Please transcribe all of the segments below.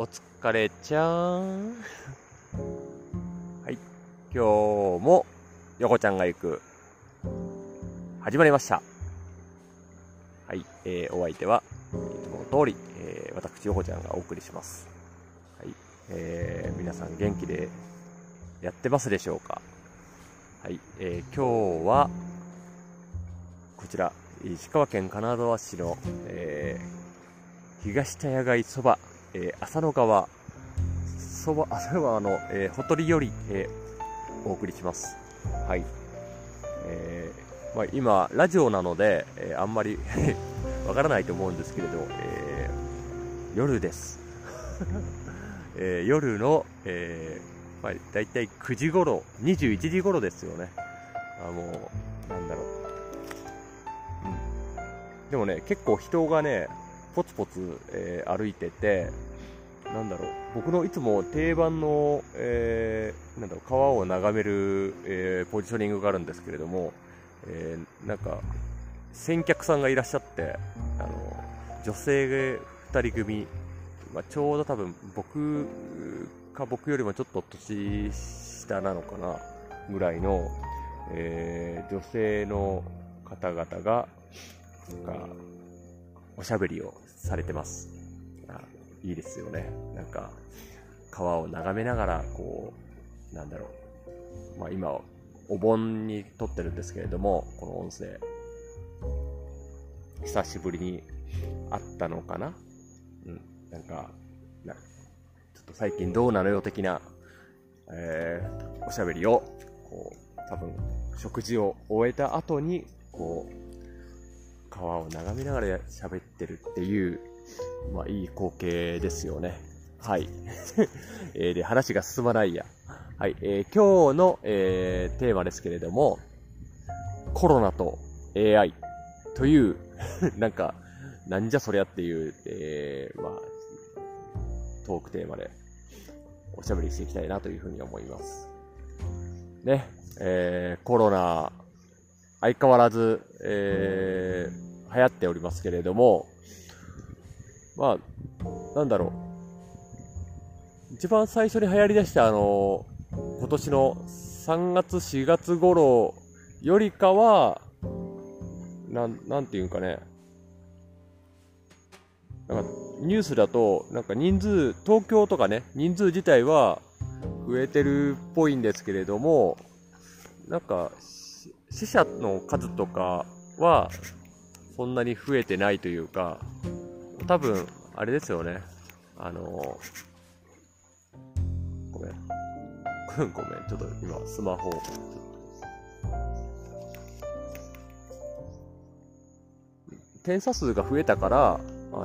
お疲れちゃん。はい、今日も横ちゃんが行く始まりました。はい、お相手はいつも通り、私横ちゃんがお送りします。はい、皆さん元気でやってますでしょうか。はい、今日はこちら石川県金沢市の、東田野外そば、浅野川の、ほとりより、お送りします。はい、今ラジオなので、あんまりわからないと思うんですけれど、夜です、夜の、だいたい9時頃21時頃ですよね。もうなんだろう、でもね結構人がねポツポツ、歩いてて、なんだろう、僕のいつも定番の、川を眺める、ポジショニングがあるんですけれども、なんか先客さんがいらっしゃって、女性2人組、ちょうど多分僕よりもちょっと年下なのかなぐらいの、女性の方々がおしゃべりをされてます。いいですよね。なんか川を眺めながら今お盆に撮ってるんですけれども、この音声久しぶりに会ったのかな。ちょっと最近どうなのよ的な、おしゃべりを多分食事を終えた後に川を眺めながら喋ってるっていう、いい光景ですよね。はい。で、話が進まないや。はい。今日の、テーマですけれども、コロナと AI というなんじゃそりゃっていう、トークテーマでおしゃべりしていきたいなというふうに思います。ね。コロナ、相変わらず、流行っておりますけれども、一番最初に流行りだした今年の3月4月頃よりかはなんていうんかね、ニュースだと東京とかね、人数自体は増えてるっぽいんですけれども、死者の数とかはそんなに増えてないというか、多分あれですよね。ごめん、ちょっと今スマホ検査数が増えたから、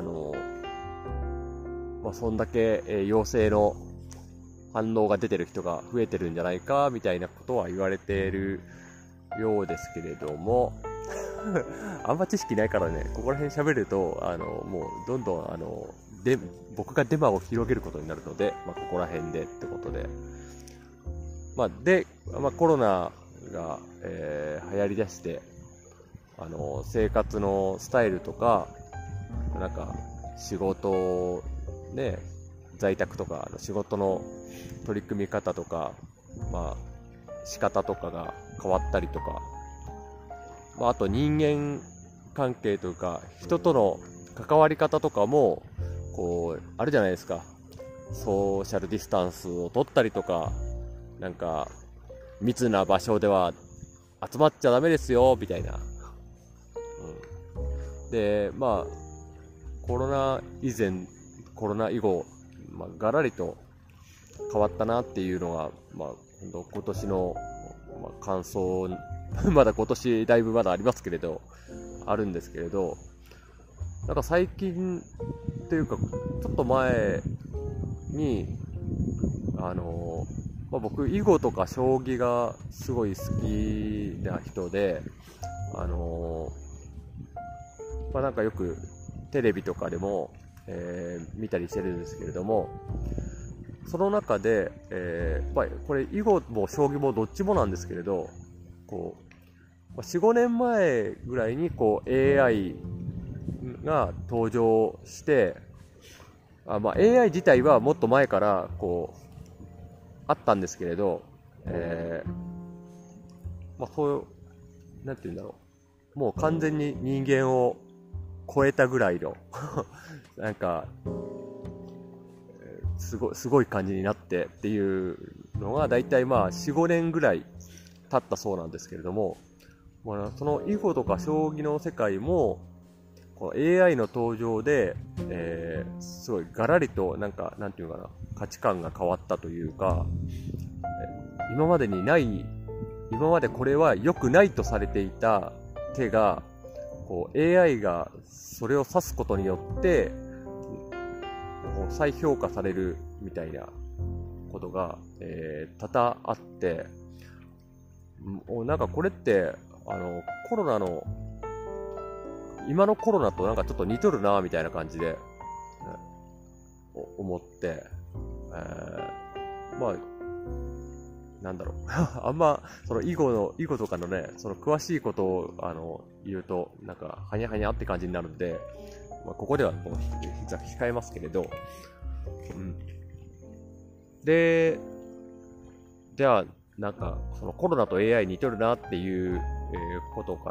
そんだけ、陽性の反応が出てる人が増えてるんじゃないかみたいなことは言われているようですけれどもあんま知識ないからね、ここら辺喋るともうどんどん僕がデマを広げることになるので、ここら辺でってことで、コロナが、流行りだして、生活のスタイルとか仕事ね、在宅とか仕事の取り組み方とか、仕方とかが変わったりとか、あと人間関係というか人との関わり方とかもあるじゃないですか。ソーシャルディスタンスを取ったりとか、密な場所では集まっちゃダメですよみたいな、でコロナ以前コロナ以後、ガラリと変わったなっていうのが、今年の、感想まだ今年だいぶまだありますけれど、あるんですけれど、最近というかちょっと前に僕囲碁とか将棋がすごい好きな人で、よくテレビとかでも、見たりしてるんですけれども、その中で、これ囲碁も将棋もどっちもなんですけれど、4、5年前ぐらいにAI が登場して、 まあ、AI 自体はもっと前からこうあったんですけれど、まあ、そうなんていうんだろう、もう完全に人間を超えたぐらいのなんかすごい感じになってっていうのがだいたいまあ 4,5 年ぐらい経ったそうなんですけれども、まあ、その囲碁とか将棋の世界もこの AI の登場で、すごいガラリとなんていうかな、価値観が変わったというか、今までこれは良くないとされていた手がこう AI がそれを指すことによって再評価されるみたいなことが、多々あって、なんかこれってコロナの今のコロナとなんかちょっと似とるなみたいな感じで、思って、まあなんだろうあんまその囲碁とかのね、その詳しいことを言うとなんかはにゃはにゃって感じになるんで、まあ、ここではもう控えますけれど、でじゃあなんかそのコロナと AI 似とるなっていう、ことから、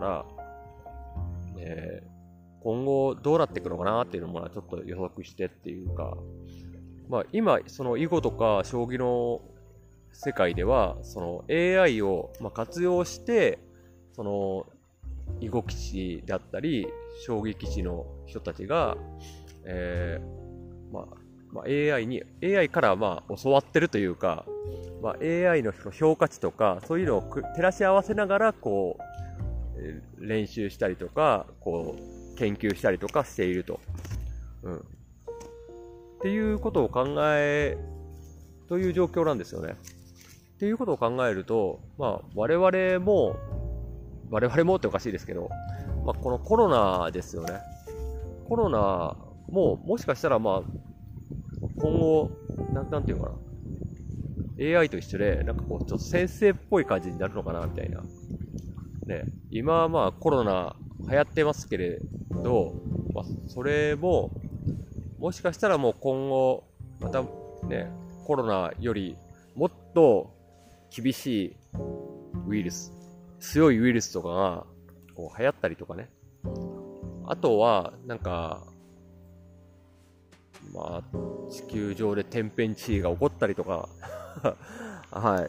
今後どうなっていくのかなっていうのもちょっと予測してっていうか、まあ、今その囲碁とか将棋の世界ではその AI を活用してその囲碁棋士だったり将棋棋士の人たちが、AI から教わってるというか、AI の評価値とかそういうのを照らし合わせながらこう、練習したりとかこう研究したりとかしていると、っていうことを考えという状況なんですよね。っていうことを考えると、我々もっておかしいですけど、このコロナですよね。コロナももしかしたら今後なんていうかな、AI と一緒でなんかこうちょっと先生っぽい感じになるのかなみたいな。ね、今はコロナ流行ってますけれど、それももしかしたらもう今後またね、コロナよりもっと厳しいウイルス、強いウイルスとかがこう流行ったりとかね。あとはなんか地球上で天変地異が起こったりとかはい、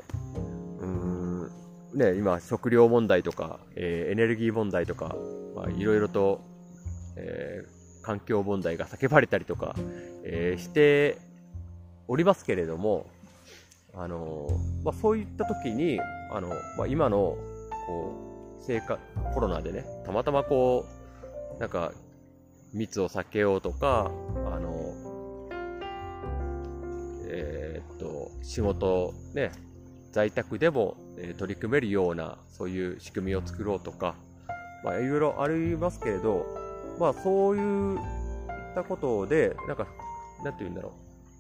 今食料問題とか、エネルギー問題とかいろいろと、環境問題が叫ばれたりとか、しておりますけれども、そういった時に今のこうコロナでね、たまたまこうなんか密を避けようとか仕事ね、在宅でも、取り組めるようなそういう仕組みを作ろうとか、いろいろありますけれど、そういったことでなんていうんだろう、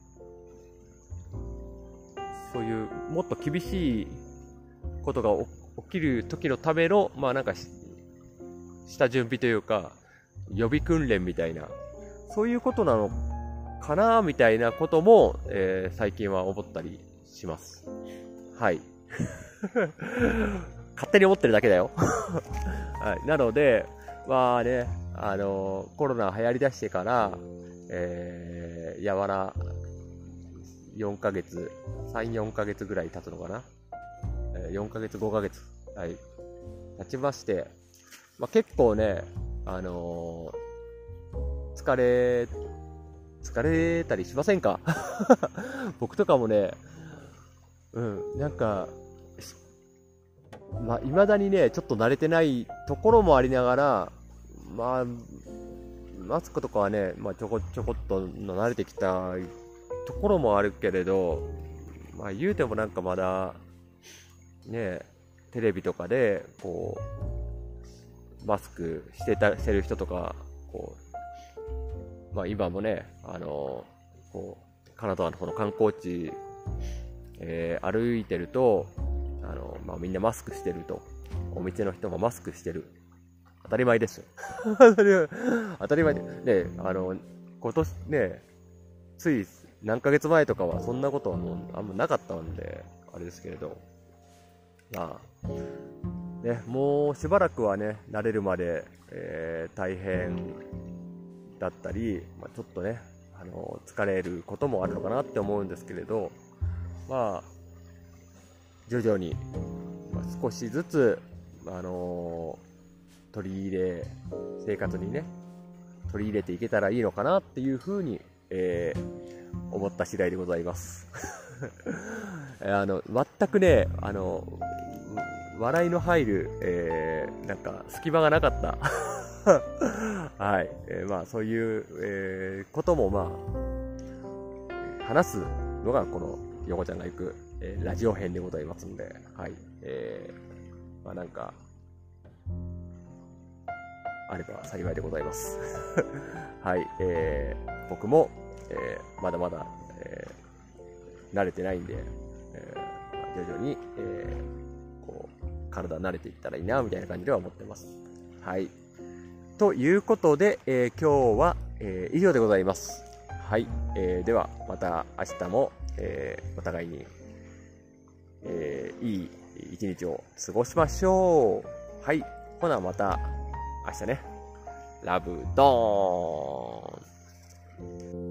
そういうもっと厳しいことが起きる時のための下準備というか予備訓練みたいな、そういうことなのかなみたいなことも、最近は思ったりします。はい勝手に思ってるだけだよはい、なのでコロナ流行りだしてから、4ヶ月3、4ヶ月ぐらい経つのかな、4ヶ月5ヶ月、経ちまして、結構ね疲れたりしませんか僕とかもね、未だにねちょっと慣れてないところもありながら、マスクとかはね、ちょこっと慣れてきたところもあるけれど、言うてもまだね、テレビとかでこうマスクしてる人とかこう、今もねこうカナダのこの観光地、歩いてるとみんなマスクしてると、お店の人もマスクしてる、当たり前です当たり前でね、今年ねつい何ヶ月前とかはそんなことはもうあんまなかったんで、あれですけれど。まあ、ね、もうしばらくはね、慣れるまで、大変だったり、まあ、ちょっとね、疲れることもあるのかなって思うんですけれど、まあ、徐々に、まあ、少しずつ、取り入れ、生活にね、取り入れていけたらいいのかなっていうふうに、思った次第でございます。全くね、笑いの入る、なんか隙間がなかった。はい、まあそういう、こともまあ話すのがこの横ちゃんが行く、ラジオ編でございますんで、はい、まあなんかあれば幸いでございます。はい、僕も、まだまだ、慣れてないんで、徐々に、こう体慣れていったらいいなみたいな感じでは思ってます。はい。ということで、今日は、以上でございます。はい。ではまた明日も、お互いに、いい一日を過ごしましょう。はい。ほなまた明日ね。ラブドーン。